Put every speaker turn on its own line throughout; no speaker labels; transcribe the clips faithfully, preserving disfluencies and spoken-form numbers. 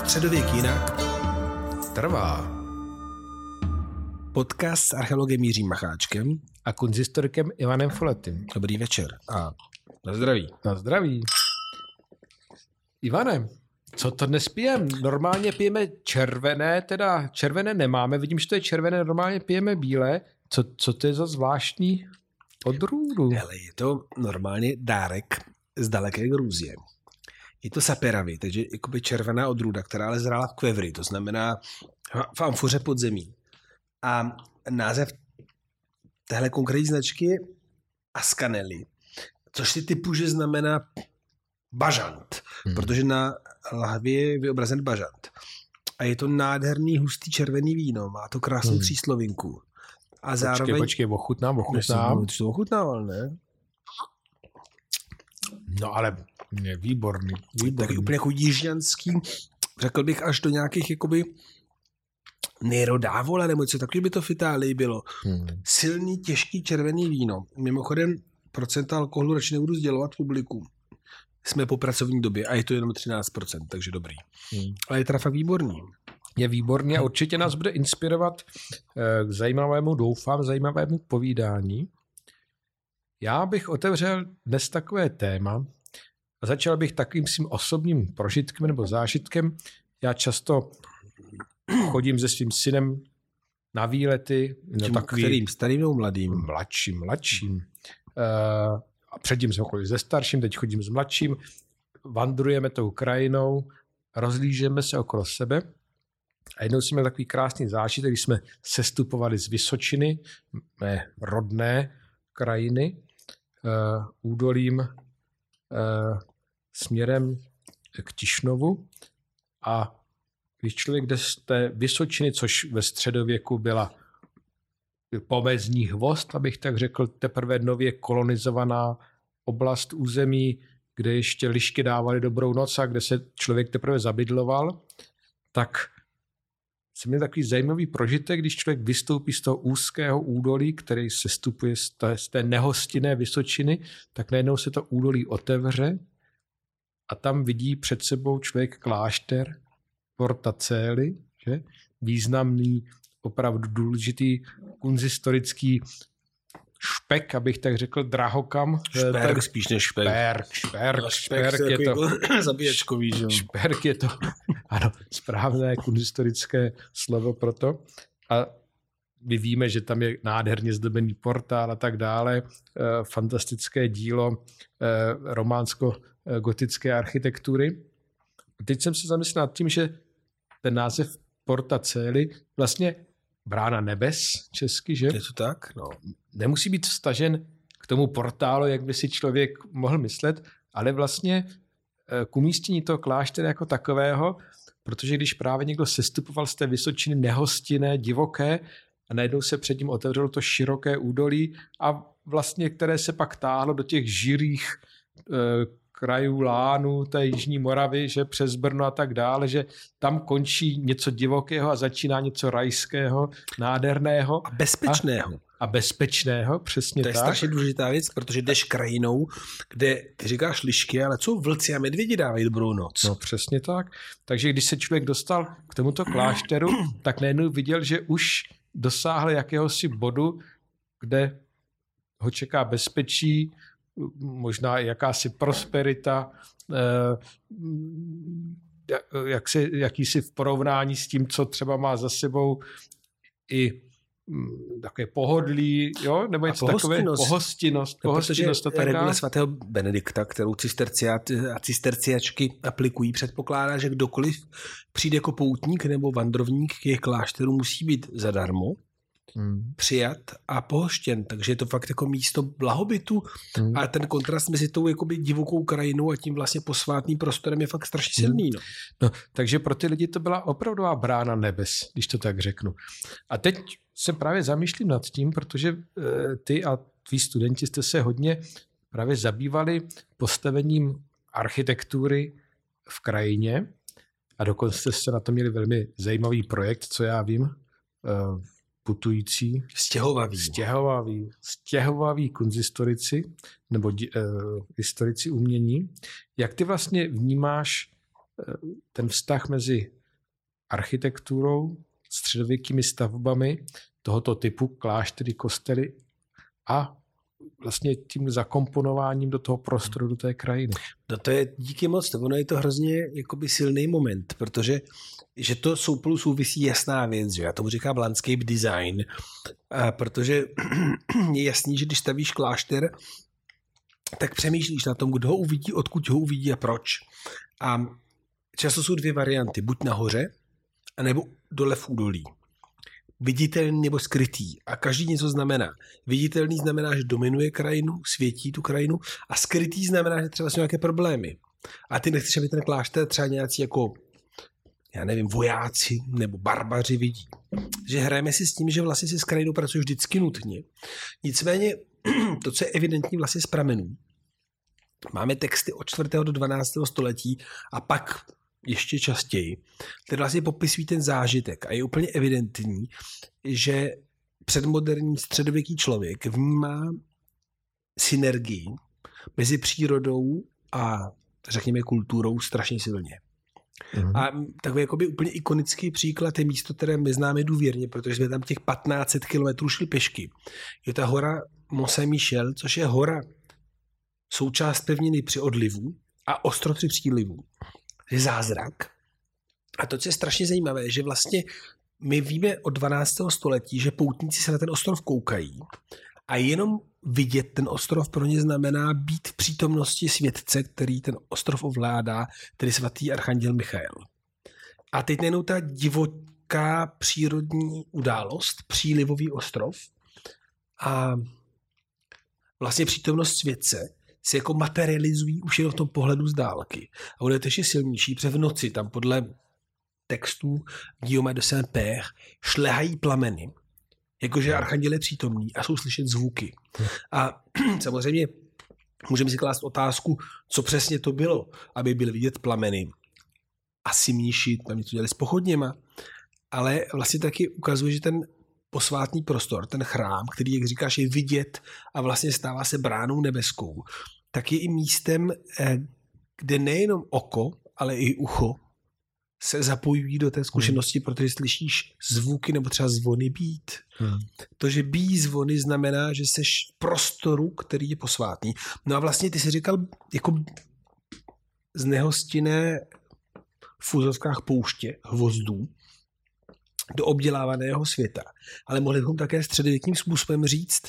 Středověk jinak trvá. Podcast s archeologem Jiřím Macháčkem
a kunzistorikem Ivanem Foletym.
Dobrý večer a na zdraví.
Na zdraví. Ivane, co to dnes pijeme? Normálně pijeme červené, teda červené nemáme, vidím, že to je červené, normálně pijeme bílé. Co, co to je za zvláštní odrůdu?
Hele, je to normálně dárek z daleké Gruzie. Je to saperavi, takže jakoby červená odrůda, která ale zrála v kvevri, to znamená v amfoře pod zemí. A název téhle konkrétní značky je Ascanelli, což si typu, že znamená bažant, hmm. protože na lahvě je vyobrazen bažant. A je to nádherný, hustý červený víno, má to krásnou hmm. tříslovinku. A zároveň...
Počkej, počkej, ochutnám, ochutnám.
Ty to ochutnával, ne?
No ale je výborný, výborný.
Taky úplně jako jižňanský, řekl bych až do nějakých jakoby Nero d'Avola, nebo co takový by to v Itálii bylo. Hmm. Silný, těžký červený víno. Mimochodem procenta alkoholu radši nebudu sdělovat publiku. Jsme po pracovní době a je to jenom třináct procent, takže dobrý. Hmm. Ale je teda fakt výborný.
Je výborný a určitě nás bude inspirovat k zajímavému, doufám, zajímavému povídání. Já bych otevřel dnes takové téma a začal bych takovým svým osobním prožitkem nebo zážitkem. Já často chodím se svým synem na výlety.
Na takový, kterým? Starým nebo mladým?
Mladším, mladším. Uh, a předtím jsme chodili se starším, teď chodím s mladším. Vandrujeme tou krajinou, rozlížeme se okolo sebe. A jednou jsme měli takový krásný zážitek, když jsme sestupovali z Vysočiny, mé rodné krajiny, uh, údolím uh, směrem k Tišnovu. A když člověk jde z té Vysočiny, což ve středověku byla pomezní hvozd, abych tak řekl, teprve nově kolonizovaná oblast území, kde ještě lišky dávaly dobrou noc a kde se člověk teprve zabydloval, tak jsem měl takový zajímavý prožitek, když člověk vystoupí z toho úzkého údolí, který se stupuje z té, z té nehostinné Vysočiny, tak najednou se to údolí otevře a tam vidí před sebou člověk klášter Porta Coeli, že? Významný, opravdu důležitý kunzistorický špek, abych tak řekl, drahokam.
Šperk tak, spíš než šperk.
Šperk, šperk, no, šperk, šperk je to.
Zabíječkový, že?
Šperk je to, ano, správné kunzistorické slovo pro to. A my víme, že tam je nádherně zdobený portál a tak dále. Fantastické dílo románsko-gotické architektury. Teď jsem se zamyslel nad tím, že ten název Porta Coeli vlastně brána nebes česky, že?
Je to tak? No.
Nemusí být vstažen k tomu portálu, jak by si člověk mohl myslet, ale vlastně k umístění toho kláštera jako takového, protože když právě někdo sestupoval z té Vysočiny nehostinné, divoké a najednou se před ním otevřelo to široké údolí a vlastně, které se pak táhlo do těch žirých krajů Lánů, té Jižní Moravy, že přes Brno a tak dále, že tam končí něco divokého a začíná něco rajského, nádherného.
A bezpečného.
A, a bezpečného, přesně tak.
To je strašně důležitá věc, protože jdeš krajinou, kde ty říkáš lišky, ale co vlci a medvědi dávají dobrou noc.
No přesně tak. Takže když se člověk dostal k tomuto klášteru, tak najednou viděl, že už dosáhl jakéhosi bodu, kde ho čeká bezpečí, možná jakási prosperita, jak si, jakýsi v porovnání s tím, co třeba má za sebou i takové pohodlí, jo? Nebo něco takové pohostinnost.
Pohostinnost no, protože regule svatého Benedikta, kterou cisterciát a cisterciačky aplikují, předpokládá, že kdokoliv přijde jako poutník nebo vandrovník k jejich klášteru, musí být zadarmo, Hmm. přijat a pohoštěn, takže je to fakt jako místo blahobytu hmm. a ten kontrast mezi tou jakoby divokou krajinou a tím vlastně posvátným prostorem je fakt strašně silný. No.
No, takže pro ty lidi to byla opravdová brána nebes, když to tak řeknu. A teď se právě zamýšlím nad tím, protože e, ty a tví studenti jste se hodně právě zabývali postavením architektury v krajině a dokonce jste na to měli velmi zajímavý projekt, co já vím, e, putující.
Stěhovavý.
Stěhovavý. Stěhovaví kunzistorici nebo uh, historici umění. Jak ty vlastně vnímáš uh, ten vztah mezi architekturou, středověkými stavbami tohoto typu, kláštery, kostely a vlastně tím zakomponováním do toho prostoru, do té krajiny.
No to je díky moc, ono je to hrozně jakoby silný moment, protože že to spolu souvisí jasná věc, že já tomu říkám landscape design, a protože je jasný, že když stavíš klášter, tak přemýšlíš na tom, kdo ho uvidí, odkud ho uvidí a proč. A často jsou dvě varianty, buď nahoře, anebo dole v údolí. Viditelný nebo skrytý. A každý něco znamená. Viditelný znamená, že dominuje krajinu, světí tu krajinu, a skrytý znamená, že třeba jsou nějaké problémy. A ty nechceš, aby ten klášter třeba nějací jako, já nevím, vojáci nebo barbaři vidí. Takže hrajeme si s tím, že vlastně si s krajinou pracuje vždycky nutně. Nicméně to, co je evidentní vlastně z pramenů, máme texty od čtvrtého do dvanáctého století a pak ještě častěji, které vlastně popisují ten zážitek a je úplně evidentní, že předmoderní středověký člověk vnímá synergii mezi přírodou a řekněme kulturou strašně silně. Mm. A takový jakoby úplně ikonický příklad je místo, které my známe důvěrně, protože jsme tam těch patnáct set kilometrů šli pěšky. Je ta hora Mont Saint-Michel, což je hora součást pevniny při odlivu a ostrov při přílivu. Je zázrak. A to, co je strašně zajímavé, že vlastně my víme od dvanáctého století, že poutníci se na ten ostrov koukají a jenom vidět ten ostrov pro ně znamená být v přítomnosti světce, který ten ostrov ovládá, tedy svatý archanděl Michael. A teď nejenom ta divoká přírodní událost, přílivový ostrov a vlastně přítomnost světce se jako materializují už jenom v tom pohledu z dálky. A ono je to ještě silnější, protože v noci tam podle textů Guillaume de Saint-Père šlehají plameny, jakože archanděl je přítomný a jsou slyšet zvuky. A samozřejmě můžeme si klást otázku, co přesně to bylo, aby byly vidět plameny. Asi mniši tam něco dělali s pochodněma, ale vlastně taky ukazuje, že ten posvátný prostor, ten chrám, který, jak říkáš, je vidět a vlastně stává se bránou nebeskou, tak je i místem, kde nejenom oko, ale i ucho se zapojují do té zkušenosti, hmm. protože slyšíš zvuky nebo třeba zvony být. Hmm. To, že bíjí zvony, znamená, že seš v prostoru, který je posvátný. No a vlastně ty jsi říkal jako z nehostinné v úzovkách pouště, hvozdů, do obdělávaného světa. Ale mohli bychom také středověkým způsobem říct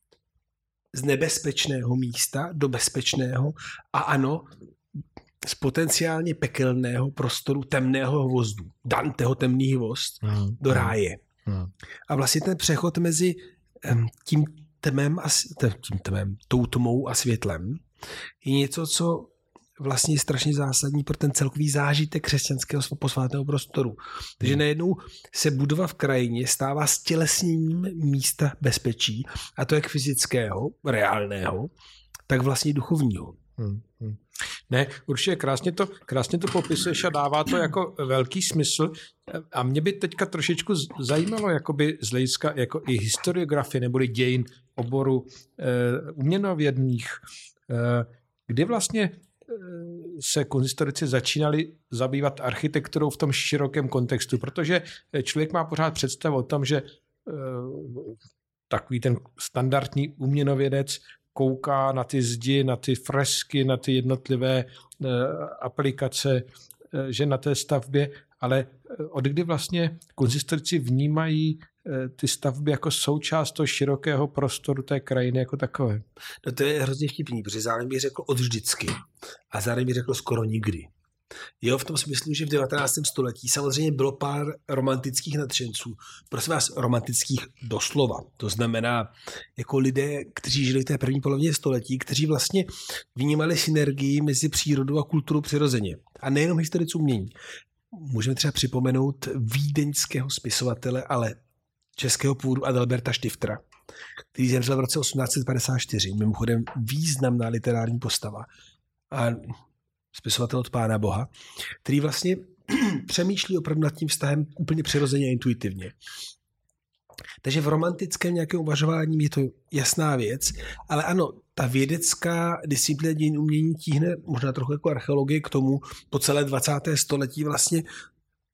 z nebezpečného místa do bezpečného a ano, z potenciálně pekelného prostoru temného hvozdu. Danteho temný hvozd hmm. do ráje. Hmm. A vlastně ten přechod mezi tím temem a tím temem, tou tmou a světlem je něco, co vlastně je strašně zásadní pro ten celkový zážitek křesťanského posvátného prostoru. Takže najednou se budova v krajině stává stělesněním místa bezpečí, a to jak fyzického, reálného, tak vlastně duchovního.
Hmm, hmm. Ne, určitě krásně to, krásně to popisuješ a dává to jako velký smysl. A mě by teďka trošičku zajímalo jakoby z hlediska jako i historiografie neboli dějin oboru e, uměnovědných, e, kdy vlastně se konzistorici začínali zabývat architekturou v tom širokém kontextu, protože člověk má pořád představu o tom, že e, takový ten standardní uměnovědec kouká na ty zdi, na ty fresky, na ty jednotlivé e, aplikace, e, že na té stavbě, ale od kdy vlastně konzistorici vnímají e, ty stavby jako součást toho širokého prostoru té krajiny jako takové?
No to je hrozně vtipný, protože zároveň bych řekl od vždycky a zároveň bych řekl skoro nikdy. Jo, v tom smyslu, že v devatenáctém století samozřejmě bylo pár romantických nadšenců. Prosím vás, romantických doslova. To znamená jako lidé, kteří žili v té první polovině století, kteří vlastně vnímali synergii mezi přírodou a kulturou přirozeně. A nejenom historici umění. Můžeme třeba připomenout vídeňského spisovatele, ale českého původu Adalberta Stiftera, který zemřel v roce osmnáct set padesát čtyři. Mimochodem významná literární postava. A spisovatel od Pána Boha, který vlastně přemýšlí opravdu nad tím vztahem úplně přirozeně a intuitivně. Takže v romantickém nějakém uvažování je to jasná věc, ale ano, ta vědecká disciplína dějin umění tíhne možná trochu jako archeologie k tomu po celé dvacáté století vlastně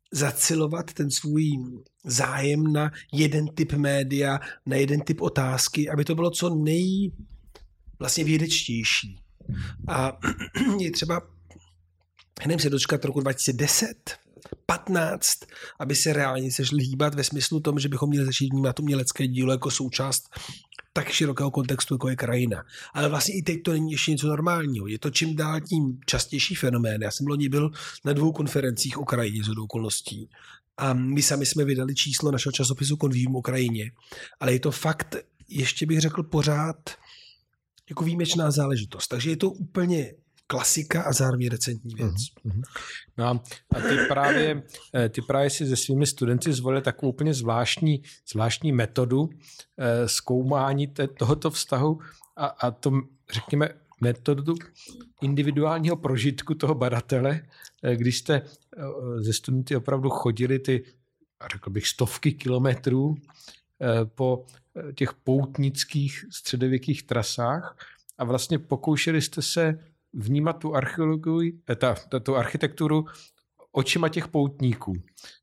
zacilovat ten svůj zájem na jeden typ média, na jeden typ otázky, aby to bylo co nej vlastně vědečtější. A je třeba hned se dočkat roku dva tisíce deset, patnáct, aby se reálně sešli hýbat ve smyslu tom, že bychom měli začít vnímat to umělecké dílo jako součást tak širokého kontextu, jako je krajina. Ale vlastně i teď to není ještě něco normálního. Je to čím dál tím častější fenomén. Já jsem loni byl na dvou konferencích o krajině z okolností. A my sami jsme vydali číslo našeho časopisu Konvím o krajině. Ale je to fakt, ještě bych řekl, pořád jako výjimečná záležitost. Takže je to úplně klasika a zároveň recentní věc.
Mm-hmm. No a ty právě, ty právě si se svými studenty zvolili takovou úplně zvláštní, zvláštní metodu eh, zkoumání te, tohoto vztahu a, a to, řekněme, metodu individuálního prožitku toho badatele, eh, když jste eh, ze studenty opravdu chodili ty, řekl bych, stovky kilometrů eh, po těch poutnických středověkých trasách a vlastně pokoušeli jste se vnímat tu archeologii, ta, ta, tu architekturu očima těch poutníků.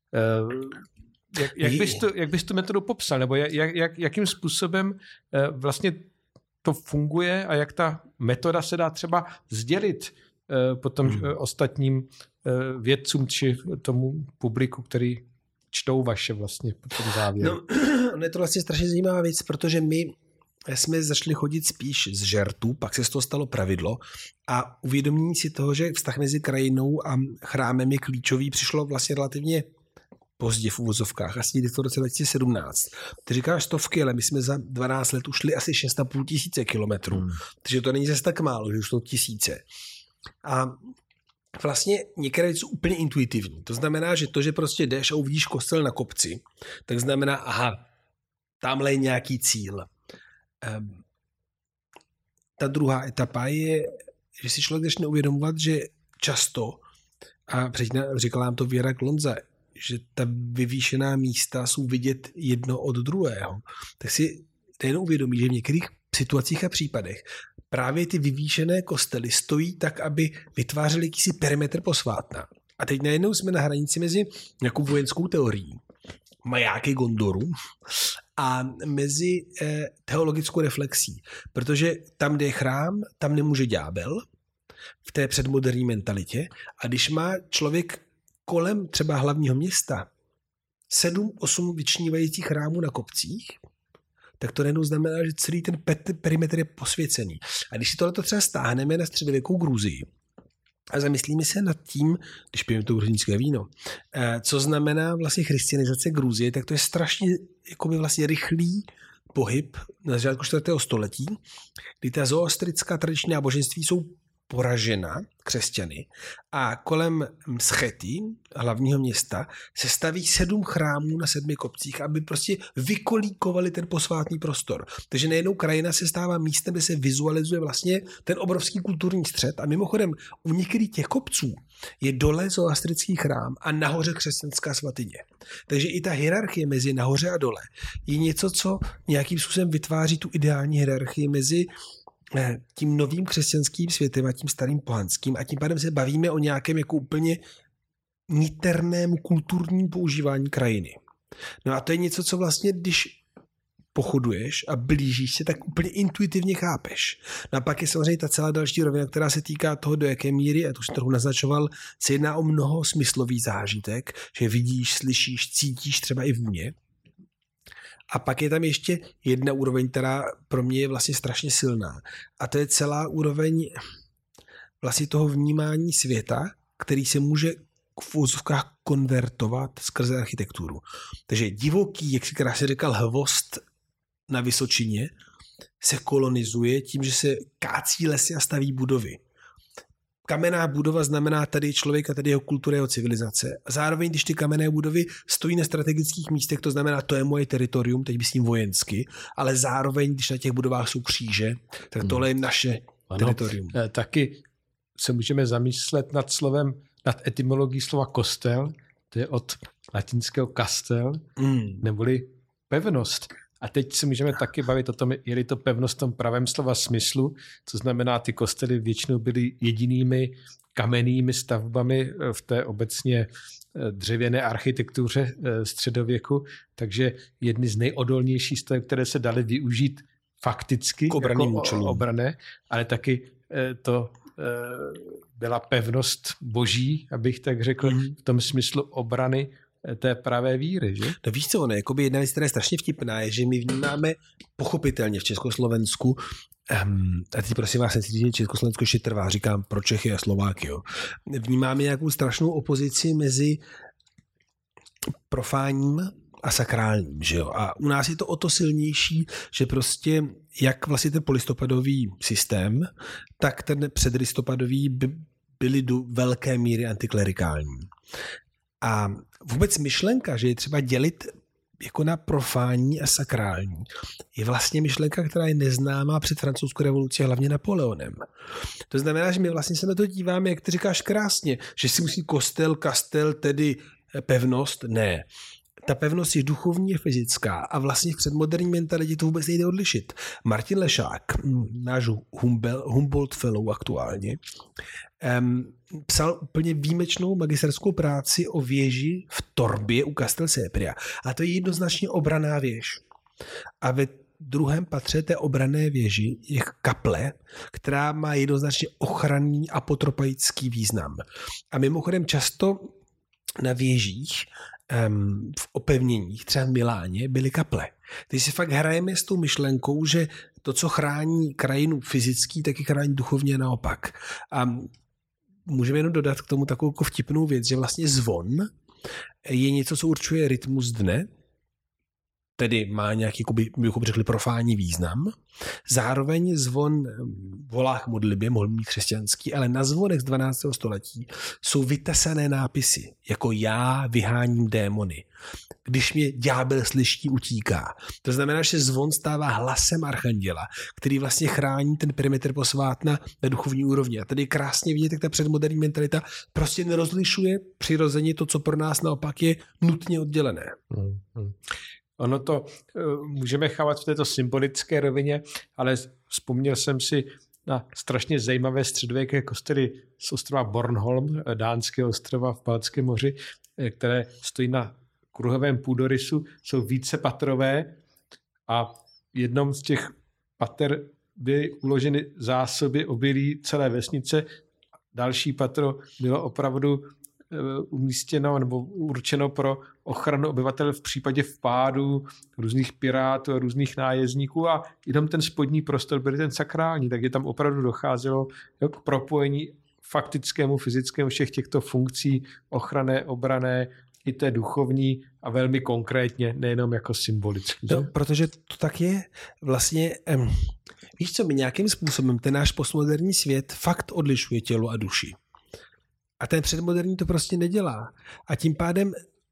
Jak, jak, bys to, jak bys tu metodu popsal? Nebo jak, jak, jakým způsobem vlastně to funguje a jak ta metoda se dá třeba sdělit potom hmm. ostatním vědcům či tomu publiku, který čtou vaše vlastně potom závěry?
No, je to vlastně strašně zajímavá věc, protože my jsme začali chodit spíš z žertu, pak se z toho stalo pravidlo a uvědomění si toho, že vztah mezi krajinou a chrámem je klíčový, přišlo vlastně relativně pozdě v uvozovkách, asi v roce dva tisíce sedmnáct. Ty říkáš stovky, ale my jsme za dvanáct let ušli asi šest a půl tisíce kilometrů, hmm. takže to není zase tak málo, že už jsou tisíce. A vlastně některé věci jsou úplně intuitivní. To znamená, že to, že prostě jdeš a uvidíš kostel na kopci, tak znamená, aha, tamhle je nějaký cíl. Um, ta druhá etapa je, že si člověk začne uvědomovat, že často, a říkala nám to Věra Klonza, že ta vyvýšená místa jsou vidět jedno od druhého, tak si nejen uvědomí, že v některých situacích a případech právě ty vyvýšené kostely stojí tak, aby vytvářely jakýsi perimetr posvátna. A teď najednou jsme na hranici mezi nějakou vojenskou teorií, majáky Gondoru, a mezi eh, teologickou reflexí. Protože tam, kde je chrám, tam nemůže ďábel v té předmoderní mentalitě. A když má člověk kolem třeba hlavního města sedm, osm vyčnívajících chrámů na kopcích, tak to nejenom znamená, že celý ten perimetr je posvěcený. A když si tohleto třeba stáhneme na středověkou Gruzii a zamyslíme se nad tím, když pijeme to gruzínské víno, co znamená vlastně christianizace Gruzie, tak to je strašně jakoby vlastně rychlý pohyb na začátku čtvrtého století, kdy ta zoroastrická tradiční náboženství jsou poražena křesťany a kolem Mschety, hlavního města, se staví sedm chrámů na sedmi kopcích, aby prostě vykolíkovali ten posvátný prostor. Takže nejednou krajina se stává místem, kde se vizualizuje vlastně ten obrovský kulturní střed a mimochodem u některých těch kopců je dole zoroastrický chrám a nahoře křesťanská svatyně. Takže i ta hierarchie mezi nahoře a dole je něco, co nějakým způsobem vytváří tu ideální hierarchii mezi tím novým křesťanským světem a tím starým pohanským a tím pádem se bavíme o nějakém jako úplně niterném kulturním používání krajiny. No a to je něco, co vlastně, když pochoduješ a blížíš se, tak úplně intuitivně chápeš. No a pak je samozřejmě ta celá další rovina, která se týká toho, do jaké míry, a to už trochu naznačoval, se jedná o mnoho smyslový zážitek, že vidíš, slyšíš, cítíš třeba i vůně. A pak je tam ještě jedna úroveň, která pro mě je vlastně strašně silná. A to je celá úroveň vlastně toho vnímání světa, který se může v úzovkách konvertovat skrze architekturu. Takže divoký, jak si krásně říkal, hvost na Vysočině se kolonizuje tím, že se kácí lesy a staví budovy. Kamenná budova znamená tady člověka, tady jeho kultura, jeho civilizace. A zároveň, když ty kamenné budovy stojí na strategických místech, to znamená, to je moje teritorium, teď myslím vojensky, ale zároveň, když na těch budovách jsou kříže, tak tohle je naše ano, teritorium.
Taky se můžeme zamyslet nad slovem, nad etymologií slova kostel, to je od latinského castel, mm. neboli pevnost. A teď se můžeme taky bavit o tom, je-li to pevnost v tom pravém slova smyslu, co znamená, ty kostely většinou byly jedinými kamennými stavbami v té obecně dřevěné architektuře středověku, takže jedny z nejodolnějších staveb, které se daly využít fakticky jako obrané, ale taky to byla pevnost boží, abych tak řekl, mm. v tom smyslu obrany té pravé víry, že?
No víš co, ono, jakoby jedna věc, která je strašně vtipná, je, že my vnímáme pochopitelně v Československu, um, a teď prosím vás, necítím, že Československo ještě trvá, říkám pro Čechy a Slováky, jo. Vnímáme nějakou strašnou opozici mezi profáním a sakrálním, že jo. A u nás je to o to silnější, že prostě jak vlastně ten polistopadový systém, tak ten předlistopadový by byly do velké míry antiklerikální. A vůbec myšlenka, že je třeba dělit jako na profánní a sakrální, je vlastně myšlenka, která je neznámá před francouzskou revolucí a hlavně Napoleonem. To znamená, že my vlastně se na to díváme, jak ty říkáš krásně, že si musí kostel, kastel, tedy pevnost, ne. Ta pevnost je duchovní a fyzická a vlastně v předmoderní mentalitě to vůbec nejde odlišit. Martin Lešák, náš Humboldt Fellow aktuálně, um, psal úplně výjimečnou magisterskou práci o věži v Torbě u Castel Sepria. A to je jednoznačně obranná věž. A ve druhém patře té obranné věži je kaple, která má jednoznačně ochranný apotropaický význam. A mimochodem často na věžích um, v opevněních, třeba v Miláně, byly kaple. Teď si fakt hrajeme s tou myšlenkou, že to, co chrání krajinu fyzický, taky chrání duchovně naopak. A můžeme jenom dodat k tomu takovou jako vtipnou věc, že vlastně zvon je něco, co určuje rytmus dne, tedy má nějaký, bychom řekli, profánní význam. Zároveň zvon volá k modlitbě, modlitbě křesťanský, ale na zvonech z dvanáctého století jsou vytesané nápisy, jako já vyháním démony. Když mě ďábel slyší, utíká. To znamená, že zvon stává hlasem archanděla, který vlastně chrání ten perimetr posvátna na duchovní úrovni. A tady krásně vidět, jak ta předmoderní mentalita prostě nerozlišuje přirozeně to, co pro nás naopak je nutně oddělené.
Hmm, hmm. Ono to uh, můžeme chávat v této symbolické rovině, ale vzpomněl jsem si na strašně zajímavé středověké kostely z ostrova Bornholm, dánského ostrova v Baltském moři, které stojí na kruhovém půdorysu, jsou vícepatrové a v jednom z těch pater byly uloženy zásoby obilí celé vesnice. Další patro bylo opravdu umístěno nebo určeno pro ochranu obyvatel v případě vpádu různých pirátů a různých nájezdníků a jenom ten spodní prostor byl ten sakrální, takže tam opravdu docházelo k propojení faktickému, fyzickému všech těchto funkcí ochranné, obrané i té duchovní a velmi konkrétně, nejenom jako symbolicky.
No, protože to tak je. Vlastně, um, víš co, my nějakým způsobem ten náš postmoderní svět fakt odlišuje tělo a duši. A ten předmoderní to prostě nedělá. A tím pádem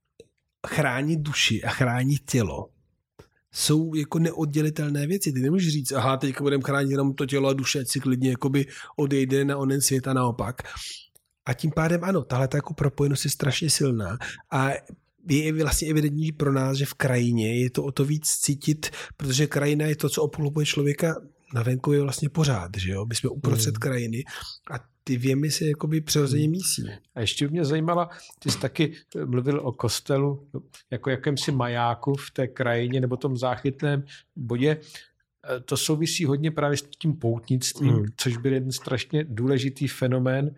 chránit duši a chránit tělo jsou jako neoddělitelné věci. Ty nemůžeš říct, aha, teďka budeme chránit jenom to tělo a duše, ať si klidně jakoby odejde na onen svět a naopak. A tím pádem ano, tahle ta jako propojenost je strašně silná a je vlastně evidentní pro nás, že v krajině je to o to víc cítit, protože krajina je to, co obklopuje člověka na venkově vlastně pořád, že jo? My jsme uprostřed hmm. krajiny a ty věmy se jakoby přirozeně mísí.
A ještě mě zajímala, ty jsi taky mluvil o kostelu jako jakémsi majáku v té krajině nebo tom záchytném bodě. To souvisí hodně právě s tím poutnictvím, hmm. což byl jeden strašně důležitý fenomén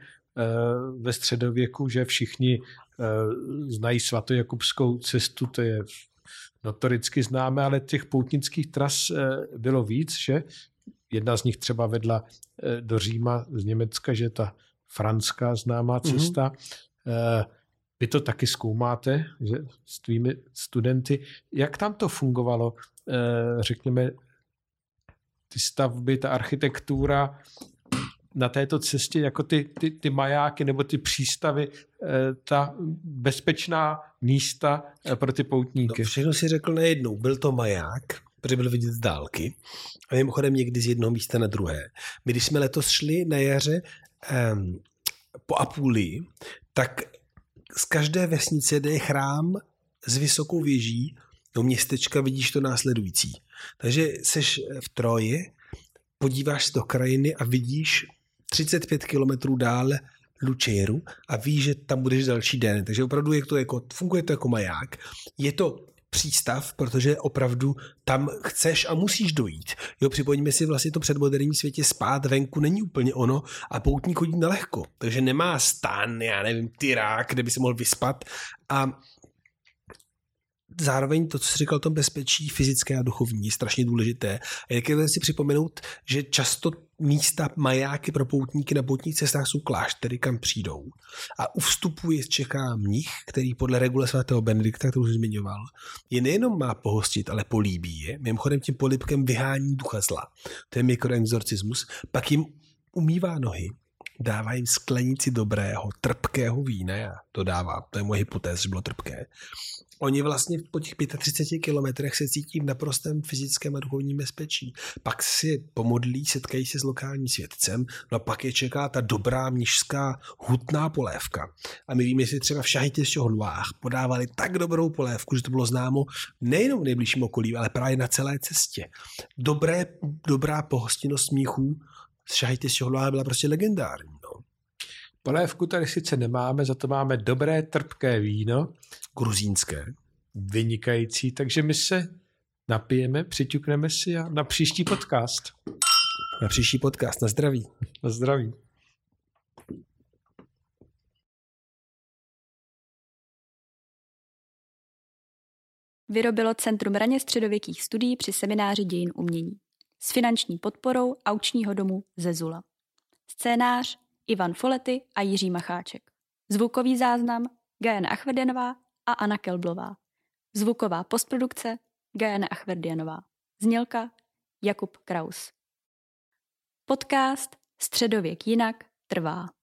ve středověku, že všichni znají svatojakubskou cestu, to je notoricky známé, ale těch poutnických tras bylo víc, že? Jedna z nich třeba vedla do Říma z Německa, že ta franská známá cesta. Mm-hmm. Vy to taky zkoumáte že, s tvými studenty. Jak tam to fungovalo? Řekněme, ty stavby, ta architektura na této cestě, jako ty, ty, ty majáky nebo ty přístavy, ta bezpečná místa pro ty poutníky.
No, všechno si řekl najednou. Byl to maják, protože byl vidět z dálky. A mimochodem někdy z jednoho místa na druhé. My, když jsme letos šli na jaře um, po Apulii, tak z každé vesnice, kde je chrám s vysokou věží, do městečka vidíš to následující. Takže seš v Troji, podíváš se do krajiny a vidíš třicet pět kilometrů dál Lučejru a víš, že tam budeš další den. Takže opravdu je to jako, funguje to jako maják. Je to přístav, protože opravdu tam chceš a musíš dojít. Jo, připomeňme si, vlastně to předmoderním světě spát venku není úplně ono a poutník chodí nelehko. Takže nemá stán, já nevím, tyrák, kde by se mohl vyspat a zároveň to, co jsi říkal o tom bezpečí fyzické a duchovní, je strašně důležité. A jak je si připomenout, že často místa, majáky pro poutníky na poutních cestách jsou kláštery, kam přijdou. A u vstupu je čeká mnich, který podle regule svatého Benedikta, kterou jsi zmiňoval, je nejenom má pohostit, ale políbí je. Mimochodem tím polibkem vyhání ducha zla. To je mikroexorcismus. Pak jim umývá nohy, dává jim sklenici dobrého, trpkého vína, já to dávám, to je moje hypotéza, že bylo trpké. Oni vlastně po těch třiceti pěti kilometrech se cítí v naprostém fyzickém a duchovním bezpečí. Pak si pomodlí, setkají se s lokálním světcem, no a pak je čeká ta dobrá mnižská hutná polévka. A my víme, že třeba v Šahitějších Lvách podávali tak dobrou polévku, že to bylo známo nejenom v nejbližším okolí, ale právě na celé cestě. Dobré, dobrá pohostinnost mnichů z Šahitějších Lvách byla prostě legendární. No.
Polévku tady sice nemáme, za to máme dobré trpké víno.
Gruzínské.
Vynikající, takže my se napijeme, přiťukneme si a na příští podcast.
Na příští podcast. Na zdraví.
Na zdraví.
Vyrobilo Centrum raně středověkých studií při semináři dějin umění. S finanční podporou Aukčního domu Zezula. Scénář Ivan Folety a Jiří Macháček. Zvukový záznam Gajana Achverdianová a Anna Kelblová. Zvuková postprodukce Gajana Achverdianová. Znělka Jakub Kraus. Podcast Středověk jinak trvá.